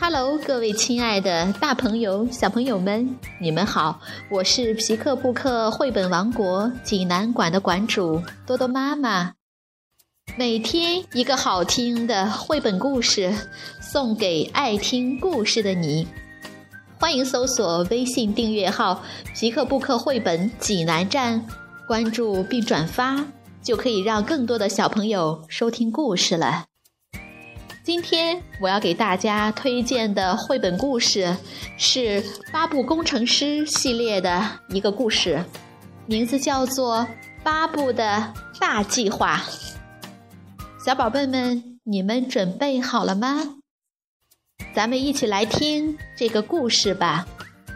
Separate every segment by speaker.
Speaker 1: Hello， 各位亲爱的大朋友、小朋友们，你们好！我是皮克布克绘本王国济南馆的馆主多多妈妈。每天一个好听的绘本故事，送给爱听故事的你。欢迎搜索微信订阅号皮克布克绘本济南站，关注并转发，就可以让更多的小朋友收听故事了。今天我要给大家推荐的绘本故事是巴布工程师系列的一个故事，名字叫做《巴布的大计划》。小宝贝们，你们准备好了吗？咱们一起来听这个故事吧。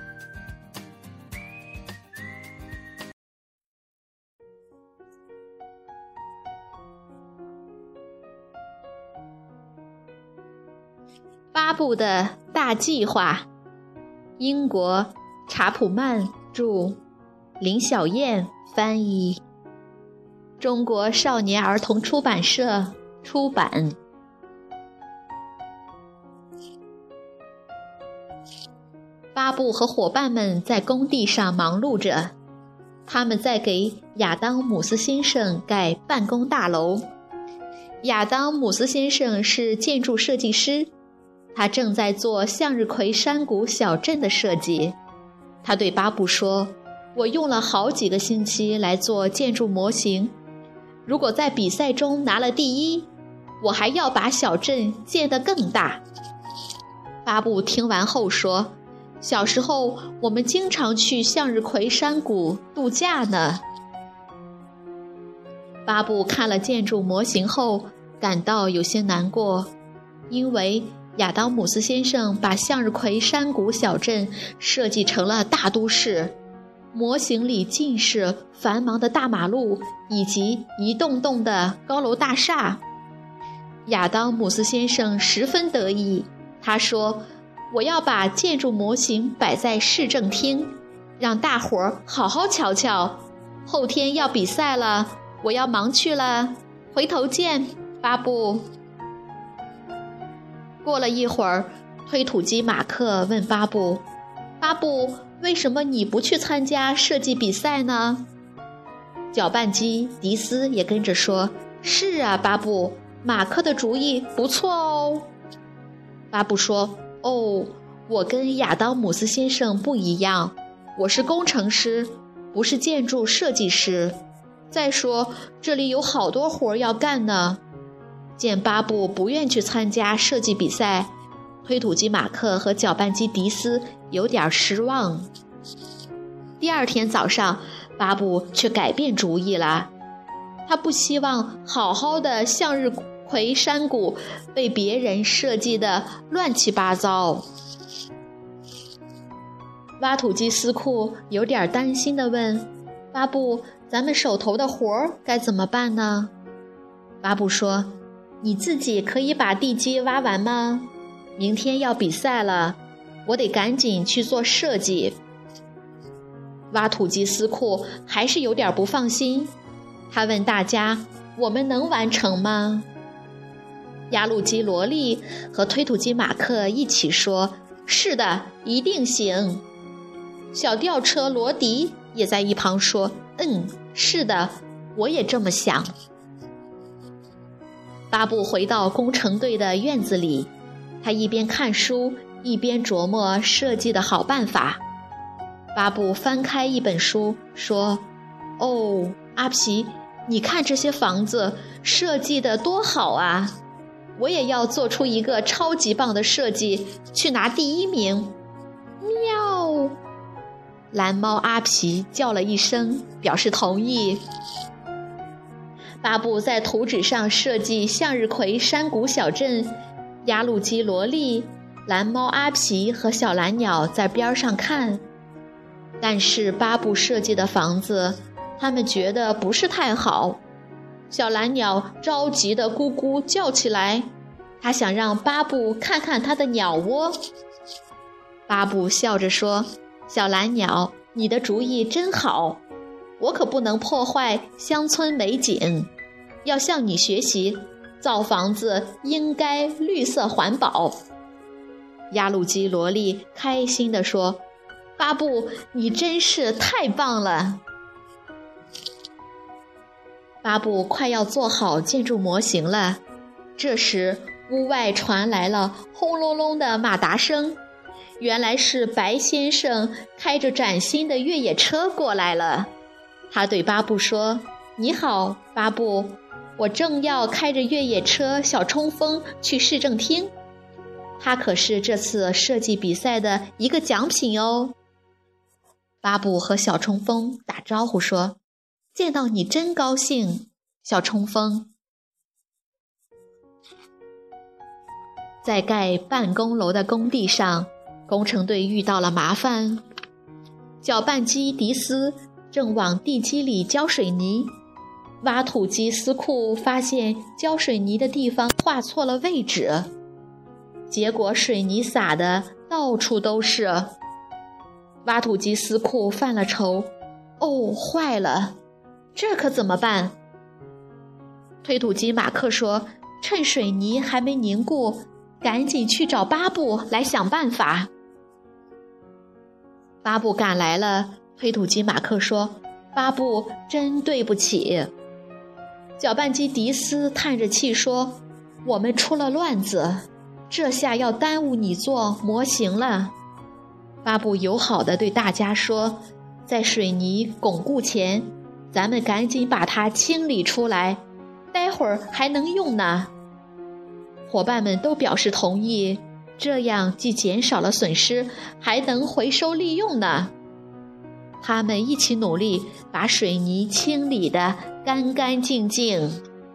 Speaker 1: 巴布的大计划，英国查普曼著，林小燕翻译，中国少年儿童出版社出版。巴布和伙伴们在工地上忙碌着，他们在给亚当姆斯先生盖办公大楼。亚当姆斯先生是建筑设计师，他正在做向日葵山谷小镇的设计。他对巴布说，我用了好几个星期来做建筑模型，如果在比赛中拿了第一，我还要把小镇建得更大。巴布听完后说，小时候我们经常去向日葵山谷度假呢。巴布看了建筑模型后感到有些难过，因为亚当姆斯先生把向日葵山谷小镇设计成了大都市，模型里尽是繁忙的大马路以及一栋栋的高楼大厦。亚当姆斯先生十分得意，他说，我要把建筑模型摆在市政厅，让大伙儿好好瞧瞧。后天要比赛了，我要忙去了，回头见，巴布。过了一会儿，推土机马克问巴布，巴布，为什么你不去参加设计比赛呢？搅拌机迪斯也跟着说，是啊，巴布，马克的主意不错哦。巴布说，哦，我跟亚当姆斯先生不一样，我是工程师，不是建筑设计师。再说，这里有好多活要干呢。见巴布不愿去参加设计比赛，推土机马克和搅拌机迪斯有点失望。第二天早上，巴布却改变主意了，他不希望好好的向日葵山谷被别人设计得乱七八糟。挖土机斯库有点担心地问，巴布，咱们手头的活该怎么办呢？巴布说，你自己可以把地基挖完吗？明天要比赛了，我得赶紧去做设计。挖土机斯库还是有点不放心，他问大家，我们能完成吗？压路机罗莉和推土机马克一起说，是的，一定行。小吊车罗迪也在一旁说，是的，我也这么想。巴布回到工程队的院子里，他一边看书一边琢磨设计的好办法。巴布翻开一本书说，哦，阿皮，你看这些房子设计得多好啊，我也要做出一个超级棒的设计去拿第一名。喵！蓝猫阿皮叫了一声，表示同意。巴布在图纸上设计向日葵山谷小镇，压路机罗莉、蓝猫阿皮和小蓝鸟在边上看。但是巴布设计的房子，他们觉得不是太好。小蓝鸟着急地咕咕叫起来，他想让巴布看看他的鸟窝。巴布笑着说，小蓝鸟，你的主意真好，我可不能破坏乡村美景，要向你学习，造房子应该绿色环保。 压路机萝莉开心地说：巴布，你真是太棒了。巴布快要做好建筑模型了，这时屋外传来了轰隆隆的马达声，原来是白先生开着崭新的越野车过来了。他对巴布说：你好，巴布，我正要开着越野车小冲锋去市政厅，它可是这次设计比赛的一个奖品哦。巴布和小冲锋打招呼说：见到你真高兴，小冲锋。在盖办公楼的工地上，工程队遇到了麻烦。搅拌机迪斯正往地基里浇水泥，挖土机斯库发现浇水泥的地方画错了位置，结果水泥撒的到处都是。挖土机斯库犯了愁，哦，坏了，这可怎么办？推土机马克说：趁水泥还没凝固，赶紧去找巴布来想办法。巴布赶来了，推土机马克说：巴布，真对不起。搅拌机迪斯叹着气说：我们出了乱子，这下要耽误你做模型了。巴布友好地对大家说：在水泥巩固前，咱们赶紧把它清理出来，待会儿还能用呢。伙伴们都表示同意，这样既减少了损失，还能回收利用呢。他们一起努力，把水泥清理得干干净净。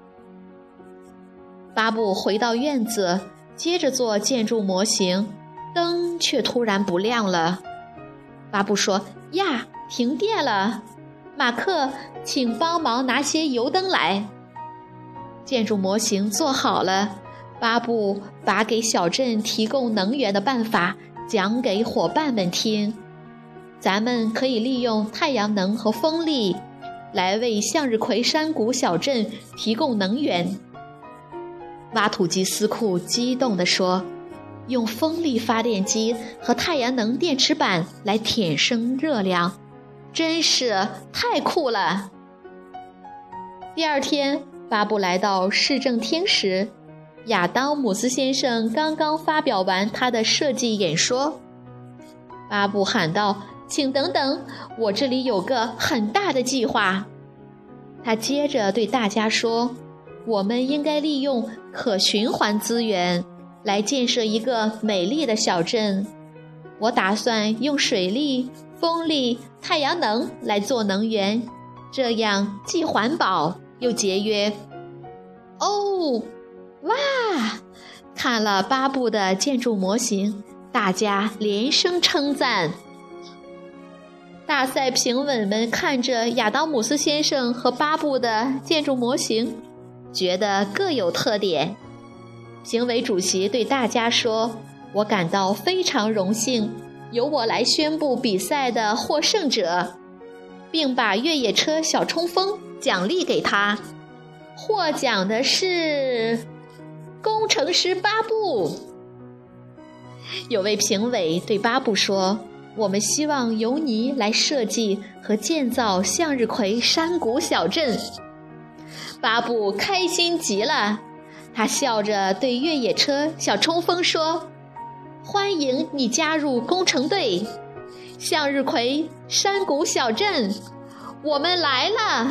Speaker 1: 巴布回到院子，接着做建筑模型，灯却突然不亮了。巴布说：呀，停电了！马克，请帮忙拿些油灯来。建筑模型做好了，巴布把给小镇提供能源的办法讲给伙伴们听。咱们可以利用太阳能和风力来为向日葵山谷小镇提供能源。挖土机斯库激动地说：用风力发电机和太阳能电池板来产生热量，真是太酷了。第二天，巴布来到市政厅时，亚当姆斯先生刚刚发表完他的设计演说。巴布喊道：请等等，我这里有个很大的计划。他接着对大家说：我们应该利用可循环资源来建设一个美丽的小镇。我打算用水力、风力、太阳能来做能源，这样既环保又节约。哦，哇！看了巴布的建筑模型，大家连声称赞。大赛评委们看着亚当姆斯先生和巴布的建筑模型，觉得各有特点。评委主席对大家说：我感到非常荣幸，由我来宣布比赛的获胜者，并把越野车小冲锋奖励给他。获奖的是工程师巴布。有位评委对巴布说：我们希望由你来设计和建造向日葵山谷小镇。巴布开心极了，他笑着对越野车小冲锋说：欢迎你加入工程队，向日葵山谷小镇，我们来了。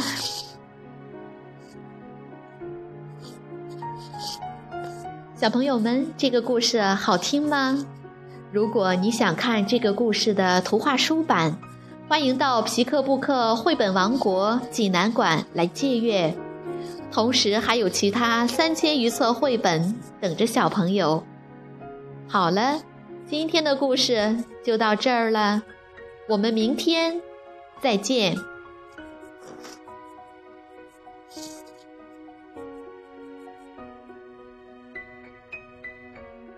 Speaker 1: 小朋友们，这个故事好听吗？如果你想看这个故事的图画书版，欢迎到皮克布克绘本王国济南馆来借阅，同时还有其他3000余册绘本等着小朋友。好了，今天的故事就到这儿了，我们明天再见。